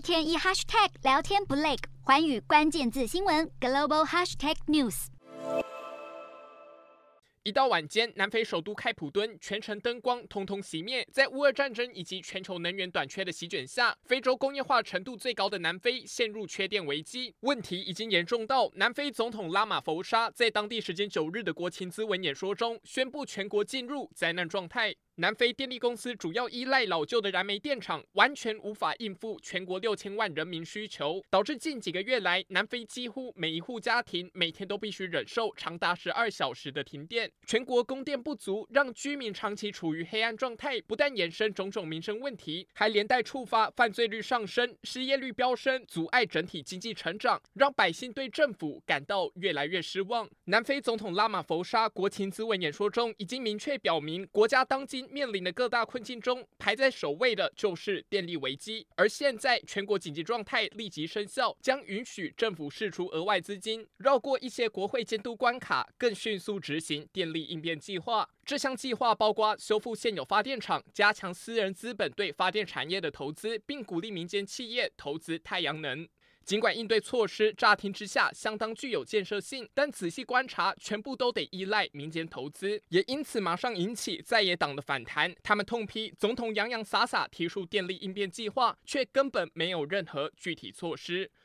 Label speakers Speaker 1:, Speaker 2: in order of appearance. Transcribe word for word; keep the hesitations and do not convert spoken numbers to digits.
Speaker 1: 天一 hashtag 聊天不累，寰宇关键字新闻 global hashtag news。
Speaker 2: 一到晚间，南非首都开普敦全城灯光通通熄灭。在乌俄战争以及全球能源短缺的席卷下，非洲工业化程度最高的南非陷入缺电危机，问题已经严重到南非总统拉马福沙在当地时间九日的国情咨文演说中宣布全国进入灾难状态。南非电力公司主要依赖老旧的燃煤电厂，完全无法应付全国六千万人民需求，导致近几个月来，南非几乎每一户家庭每天都必须忍受长达十二小时的停电。全国供电不足，让居民长期处于黑暗状态，不但衍生种种民生问题，还连带触发犯罪率上升、失业率飙升，阻碍整体经济成长，让百姓对政府感到越来越失望。南非总统拉马福沙国情咨文演说中已经明确表明，国家当今面临的各大困境中，排在首位的就是电力危机。而现在全国紧急状态立即生效，将允许政府释出额外资金，绕过一些国会监督关卡，更迅速执行电力应变计划。这项计划包括修复现有发电厂，加强私人资本对发电产业的投资，并鼓励民间企业投资太阳能。尽管应对措施乍听之下相当具有建设性，但仔细观察，全部都得依赖民间投资，也因此马上引起在野党的反弹。他们痛批总统洋洋洒洒提出电力应变计划，却根本没有任何具体措施。